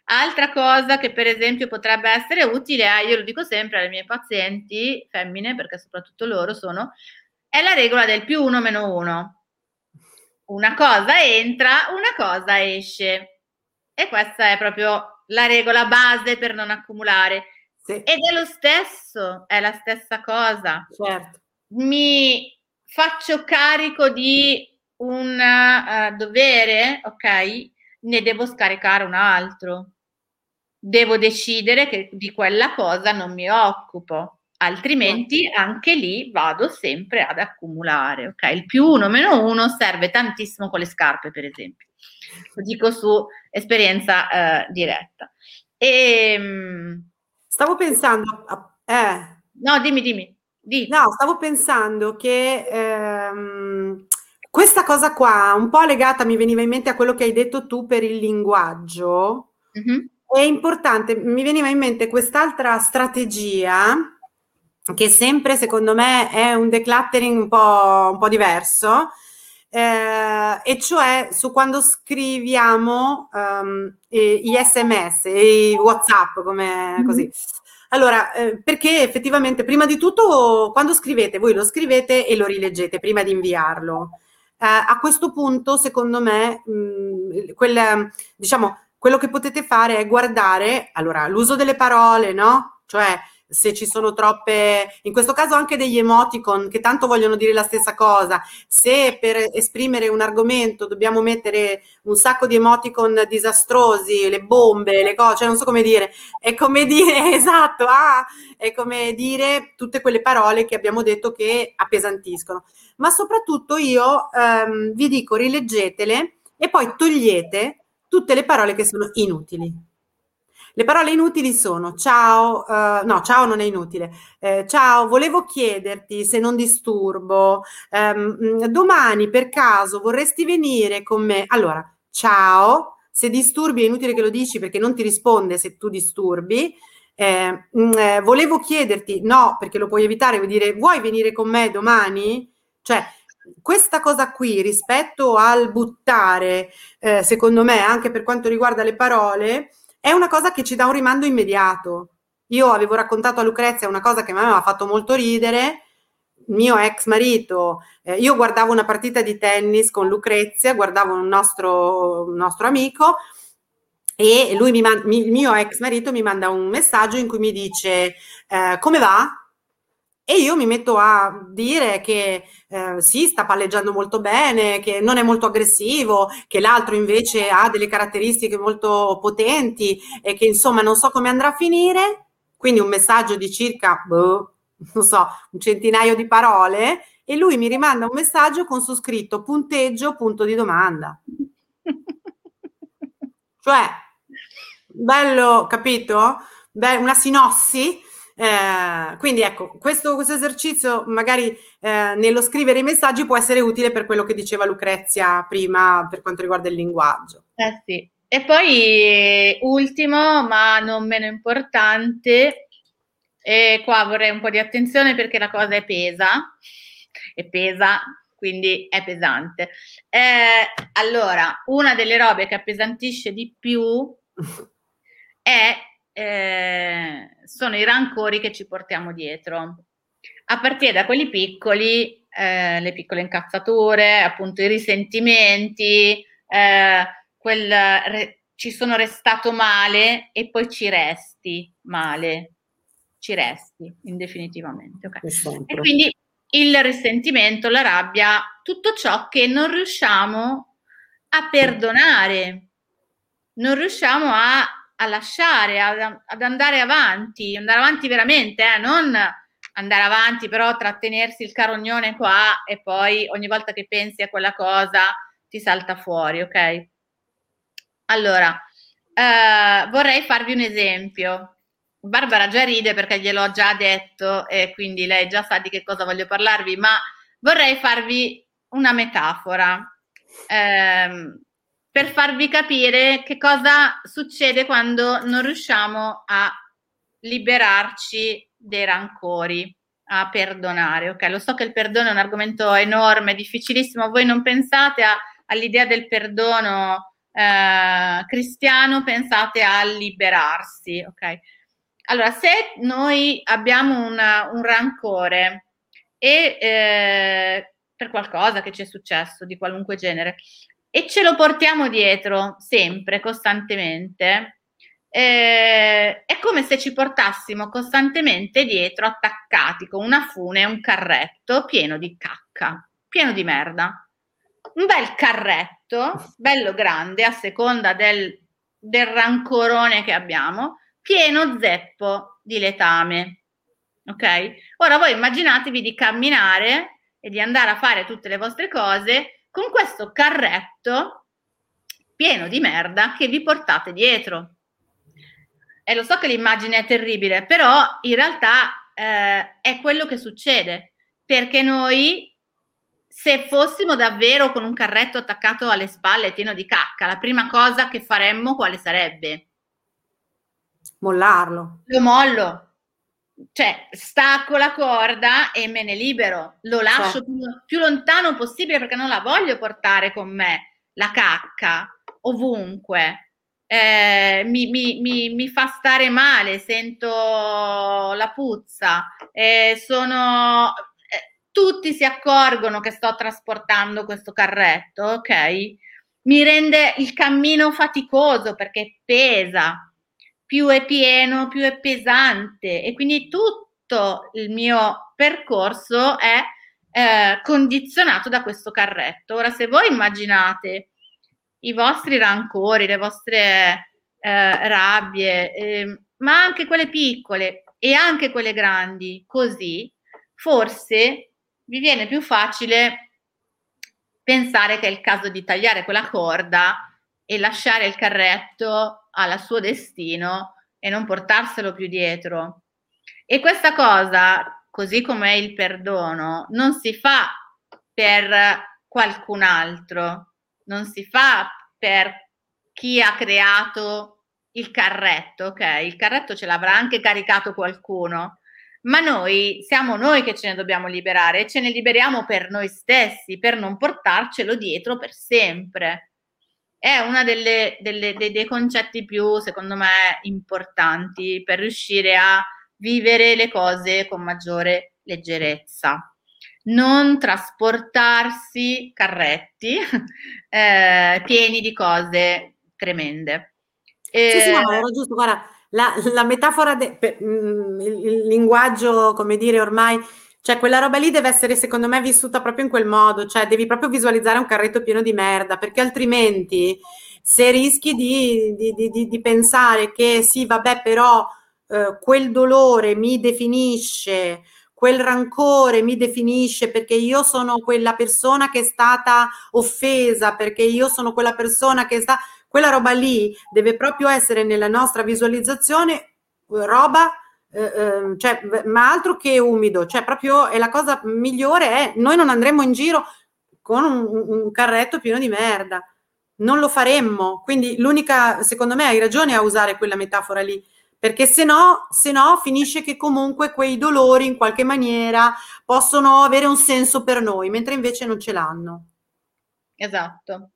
Altra cosa che per esempio potrebbe essere utile, eh, io lo dico sempre alle mie pazienti femmine, perché soprattutto loro sono, è la regola del più uno meno uno. Una cosa entra, una cosa esce. E questa è proprio la regola base per non accumulare. Sì. Ed è lo stesso, è la stessa cosa. Certo. Mi faccio carico di un uh, dovere, ok? Ne devo scaricare un altro. Devo decidere che di quella cosa non mi occupo, altrimenti anche lì vado sempre ad accumulare, ok? Il più uno meno uno serve tantissimo con le scarpe, per esempio. Lo dico su esperienza eh, diretta. E, Stavo pensando, a, eh. No, dimmi, dimmi. Di. No, stavo pensando che ehm, questa cosa qua, un po' legata, mi veniva in mente a quello che hai detto tu per il linguaggio, mm-hmm. È importante, mi veniva in mente quest'altra strategia che sempre secondo me è un decluttering un po', un po' diverso, eh, e cioè su quando scriviamo um, gli sms, i WhatsApp, come Mm-hmm. così. Allora, eh, perché effettivamente prima di tutto quando scrivete, voi lo scrivete e lo rileggete prima di inviarlo. Eh, a questo punto, secondo me, mh, quel, diciamo, quello che potete fare è guardare, allora, l'uso delle parole, no? Cioè, se ci sono troppe, in questo caso anche degli emoticon che tanto vogliono dire la stessa cosa, se per esprimere un argomento dobbiamo mettere un sacco di emoticon disastrosi, le bombe, le cose, cioè non so come dire, è come dire, esatto, ah, è come dire tutte quelle parole che abbiamo detto che appesantiscono. Ma soprattutto io ehm, vi dico, rileggetele e poi togliete tutte le parole che sono inutili. Le parole inutili sono ciao, uh, no, ciao non è inutile, eh, ciao, volevo chiederti se non disturbo, um, domani per caso vorresti venire con me? Allora, ciao, se disturbi è inutile che lo dici perché non ti risponde se tu disturbi. Eh, mh, eh, volevo chiederti, no, perché lo puoi evitare, vuol dire vuoi venire con me domani? Cioè, questa cosa qui rispetto al buttare, eh, secondo me, anche per quanto riguarda le parole, è una cosa che ci dà un rimando immediato. Io avevo raccontato a Lucrezia una cosa che mi aveva fatto molto ridere. Mio ex marito, eh, io guardavo una partita di tennis con Lucrezia, guardavo un nostro, un nostro amico e lui mi man- mi, il mio ex marito mi manda un messaggio in cui mi dice eh, come va? E io mi metto a dire che eh, sì, sta palleggiando molto bene, che non è molto aggressivo, che l'altro invece ha delle caratteristiche molto potenti e che insomma non so come andrà a finire. Quindi un messaggio di circa, boh, non so, un centinaio di parole e lui mi rimanda un messaggio con su scritto punteggio, punto di domanda. Cioè, bello, capito? Beh, una sinossi. Eh, quindi ecco, questo, questo esercizio magari eh, nello scrivere i messaggi può essere utile per quello che diceva Lucrezia prima per quanto riguarda il linguaggio. Eh sì. E poi ultimo, ma non meno importante, e qua vorrei un po' di attenzione perché la cosa è pesa, è pesa, quindi è pesante. Eh, allora, una delle robe che appesantisce di più è, eh, sono i rancori che ci portiamo dietro, a partire da quelli piccoli, eh, le piccole incazzature, appunto i risentimenti, eh, quel re, ci sono restato male e poi ci resti male, ci resti indefinitivamente. Okay. E quindi il risentimento, la rabbia, tutto ciò che non riusciamo a perdonare, non riusciamo a, a lasciare, a, ad andare avanti, andare avanti veramente, eh, non andare avanti però trattenersi il carognone qua e poi ogni volta che pensi a quella cosa ti salta fuori, ok? Allora, eh, vorrei farvi un esempio. Barbara già ride perché gliel'ho già detto e quindi lei già sa di che cosa voglio parlarvi, ma vorrei farvi una metafora ehm, per farvi capire che cosa succede quando non riusciamo a liberarci dei rancori, a perdonare. Ok, lo so che il perdono è un argomento enorme, difficilissimo. Voi non pensate a, all'idea del perdono eh, cristiano, pensate a liberarsi, ok? Allora, se noi abbiamo una, un rancore e eh, per qualcosa che ci è successo di qualunque genere e ce lo portiamo dietro sempre, costantemente, eh, è come se ci portassimo costantemente dietro, attaccati con una fune, un carretto pieno di cacca, pieno di merda. Un bel carretto, bello grande, a seconda del, del rancorone che abbiamo, pieno zeppo di letame, ok? Ora voi immaginatevi di camminare e di andare a fare tutte le vostre cose con questo carretto pieno di merda che vi portate dietro. E lo so che l'immagine è terribile, però in realtà eh, è quello che succede, perché noi, se fossimo davvero con un carretto attaccato alle spalle pieno di cacca, la prima cosa che faremmo quale sarebbe? Mollarlo. Lo mollo. Cioè, stacco la corda e me ne libero, lo lascio Sì. più, più lontano possibile perché non la voglio portare con me, la cacca, ovunque. Eh, mi, mi, mi, mi fa stare male, sento la puzza, eh, sono... eh, tutti si accorgono che sto trasportando questo carretto, ok? Mi rende il cammino faticoso perché pesa. Più è pieno, più è pesante e quindi tutto il mio percorso è eh, condizionato da questo carretto. Ora, se voi immaginate i vostri rancori, le vostre eh, rabbie, eh, ma anche quelle piccole e anche quelle grandi, così, forse vi viene più facile pensare che è il caso di tagliare quella corda e lasciare il carretto al suo destino e non portarselo più dietro. E questa cosa, così come il perdono, non si fa per qualcun altro, non si fa per chi ha creato il carretto, ok? Il carretto ce l'avrà anche caricato qualcuno, ma noi siamo noi che ce ne dobbiamo liberare e ce ne liberiamo per noi stessi, per non portarcelo dietro per sempre. È uno delle, delle, dei, dei concetti più, secondo me, importanti per riuscire a vivere le cose con maggiore leggerezza. Non trasportarsi carretti eh, pieni di cose tremende. Eh, sì, sì, no, ma Eh, era giusto, guarda, la, la metafora, de, per, mm, il, il linguaggio, come dire, ormai, cioè quella roba lì deve essere, secondo me, vissuta proprio in quel modo, cioè devi proprio visualizzare un carretto pieno di merda, perché altrimenti se rischi di, di, di, di, di pensare che sì, vabbè, però eh, quel dolore mi definisce, quel rancore mi definisce perché io sono quella persona che è stata offesa, perché io sono quella persona che sta quella roba lì deve proprio essere nella nostra visualizzazione roba eh, eh, cioè, ma altro che umido, cioè proprio è la cosa migliore è noi non andremo in giro con un, un carretto pieno di merda, non lo faremmo, quindi l'unica, secondo me hai ragione a usare quella metafora lì, perché se no, se no finisce che comunque quei dolori in qualche maniera possono avere un senso per noi, mentre invece non ce l'hanno. esatto.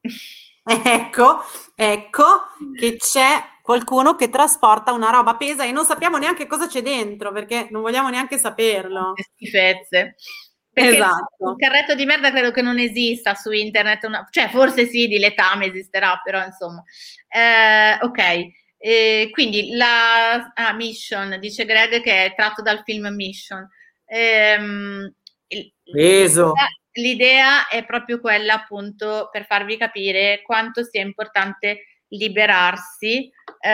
Ecco, ecco che c'è qualcuno che trasporta una roba pesa e non sappiamo neanche cosa c'è dentro perché non vogliamo neanche saperlo. Che schifezze. Perché il Esatto. carretto di merda credo che non esista su internet, una- cioè forse sì, di letame esisterà, però insomma. Eh, ok, Eh, quindi la ah, Mission, dice Greg che è tratto dal film Mission. Ehm, il- Peso. l'idea, l'idea è proprio quella appunto per farvi capire quanto sia importante liberarsi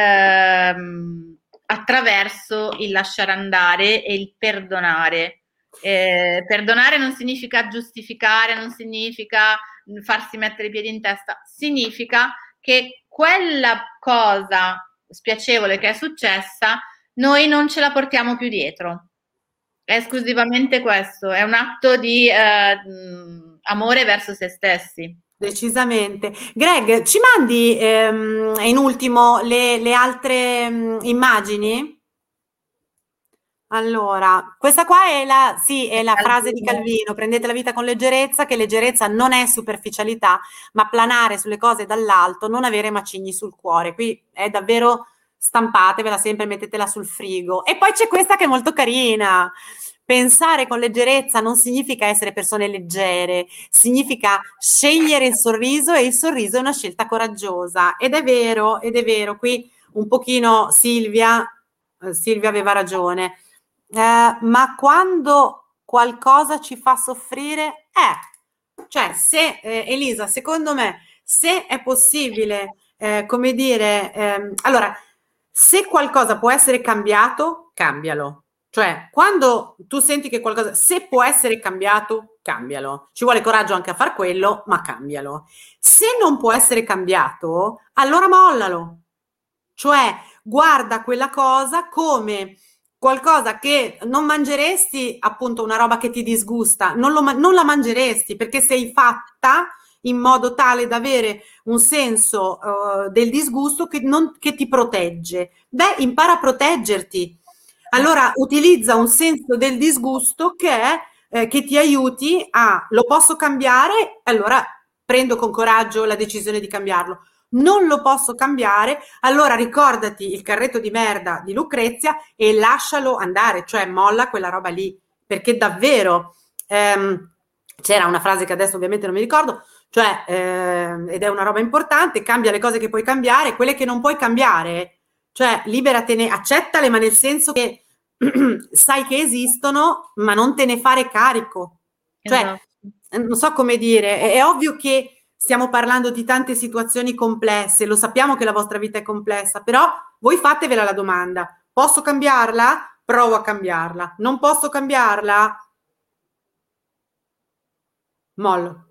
ehm, attraverso il lasciare andare e il perdonare. Eh, perdonare non significa giustificare, non significa farsi mettere i piedi in testa, significa che quella cosa spiacevole che è successa noi non ce la portiamo più dietro. È esclusivamente questo, è un atto di eh, amore verso se stessi. Decisamente. Greg, ci mandi ehm, in ultimo le, le altre mm, immagini? Allora, questa qua è la, sì, è la frase di Calvino. Calvino: prendete la vita con leggerezza, che leggerezza non è superficialità, ma planare sulle cose dall'alto, non avere macigni sul cuore. Qui è davvero, stampatevela sempre, mettetela sul frigo. E poi c'è questa che è molto carina: pensare con leggerezza non significa essere persone leggere, significa scegliere il sorriso, e il sorriso è una scelta coraggiosa. Ed è vero, ed è vero, qui un pochino Silvia, eh, Silvia aveva ragione. Eh, ma quando qualcosa ci fa soffrire, eh, cioè se, eh, Elisa, secondo me, se è possibile, eh, come dire, ehm, allora, se qualcosa può essere cambiato, cambialo. Cioè, quando tu senti che qualcosa, se può essere cambiato, cambialo. Ci vuole coraggio anche a far quello, ma cambialo. Se non può essere cambiato, allora mollalo. Cioè, guarda quella cosa come qualcosa che non mangeresti, appunto una roba che ti disgusta, non, lo, non la mangeresti perché sei fatta in modo tale da avere un senso uh, del disgusto che, non, che ti protegge. Beh, impara a proteggerti. Allora utilizza un senso del disgusto che, eh, che ti aiuti a, lo posso cambiare, allora prendo con coraggio la decisione di cambiarlo. Non lo posso cambiare, allora ricordati il carretto di merda di Lucrezia e lascialo andare, cioè molla quella roba lì, perché davvero ehm, c'era una frase che adesso ovviamente non mi ricordo, cioè ehm, ed è una roba importante: cambia le cose che puoi cambiare, quelle che non puoi cambiare, cioè liberatene, accettale, ma nel senso che sai che esistono, ma non te ne fare carico. Cioè, Esatto. non so come dire, è, è ovvio che stiamo parlando di tante situazioni complesse, lo sappiamo che la vostra vita è complessa, però voi fatevela la domanda: posso cambiarla? Provo a cambiarla. Non posso cambiarla? Mollo.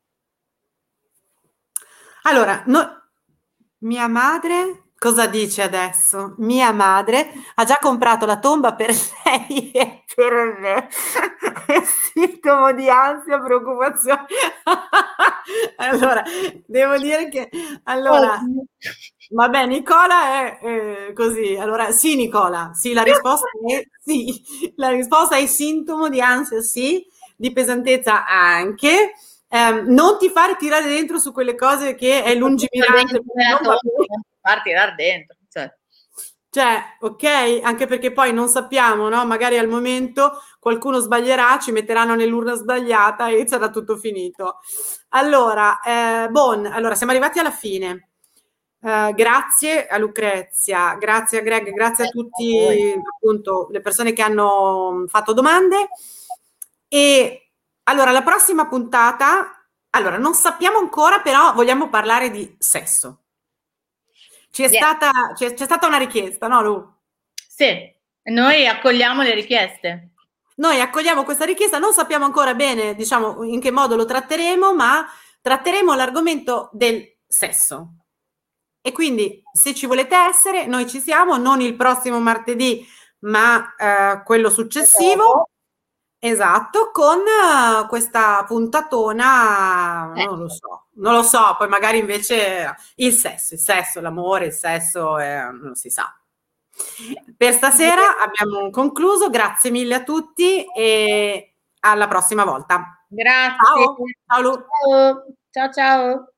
Allora, no, mia madre cosa dice adesso? Mia madre ha già comprato la tomba per lei e per me. Sintomo di ansia, preoccupazione. Allora, devo dire che allora, vabbè, Nicola è eh, così. Allora, sì, Nicola, sì, la risposta è sì. La risposta è sintomo di ansia, sì, di pesantezza anche. Um, non ti fare tirare dentro su quelle cose che è lungimirante, non va bene. Non ti far tirare dentro, cioè. Cioè, ok, anche perché poi non sappiamo, no? Magari al momento qualcuno sbaglierà, ci metteranno nell'urna sbagliata e sarà tutto finito. Allora, eh, bon, allora siamo arrivati alla fine. Uh, grazie a Lucrezia, grazie a Greg, grazie a tutti, appunto, le persone che hanno fatto domande. E allora, la prossima puntata, allora, non sappiamo ancora, però vogliamo parlare di sesso. Ci è, yeah. stata, c'è, c'è stata una richiesta, no Lu? Sì, noi accogliamo le richieste. Noi accogliamo questa richiesta, non sappiamo ancora bene, diciamo, in che modo lo tratteremo, ma tratteremo l'argomento del sesso. E quindi, se ci volete essere, noi ci siamo, non il prossimo martedì, ma eh, quello successivo. Esatto, con uh, questa puntatona, non lo so, non lo so, poi magari invece il sesso, il sesso, l'amore, il sesso, eh, non si sa. Per stasera abbiamo concluso, grazie mille a tutti e alla prossima volta. Grazie. Ciao, ciao Lu. Ciao, ciao. Ciao.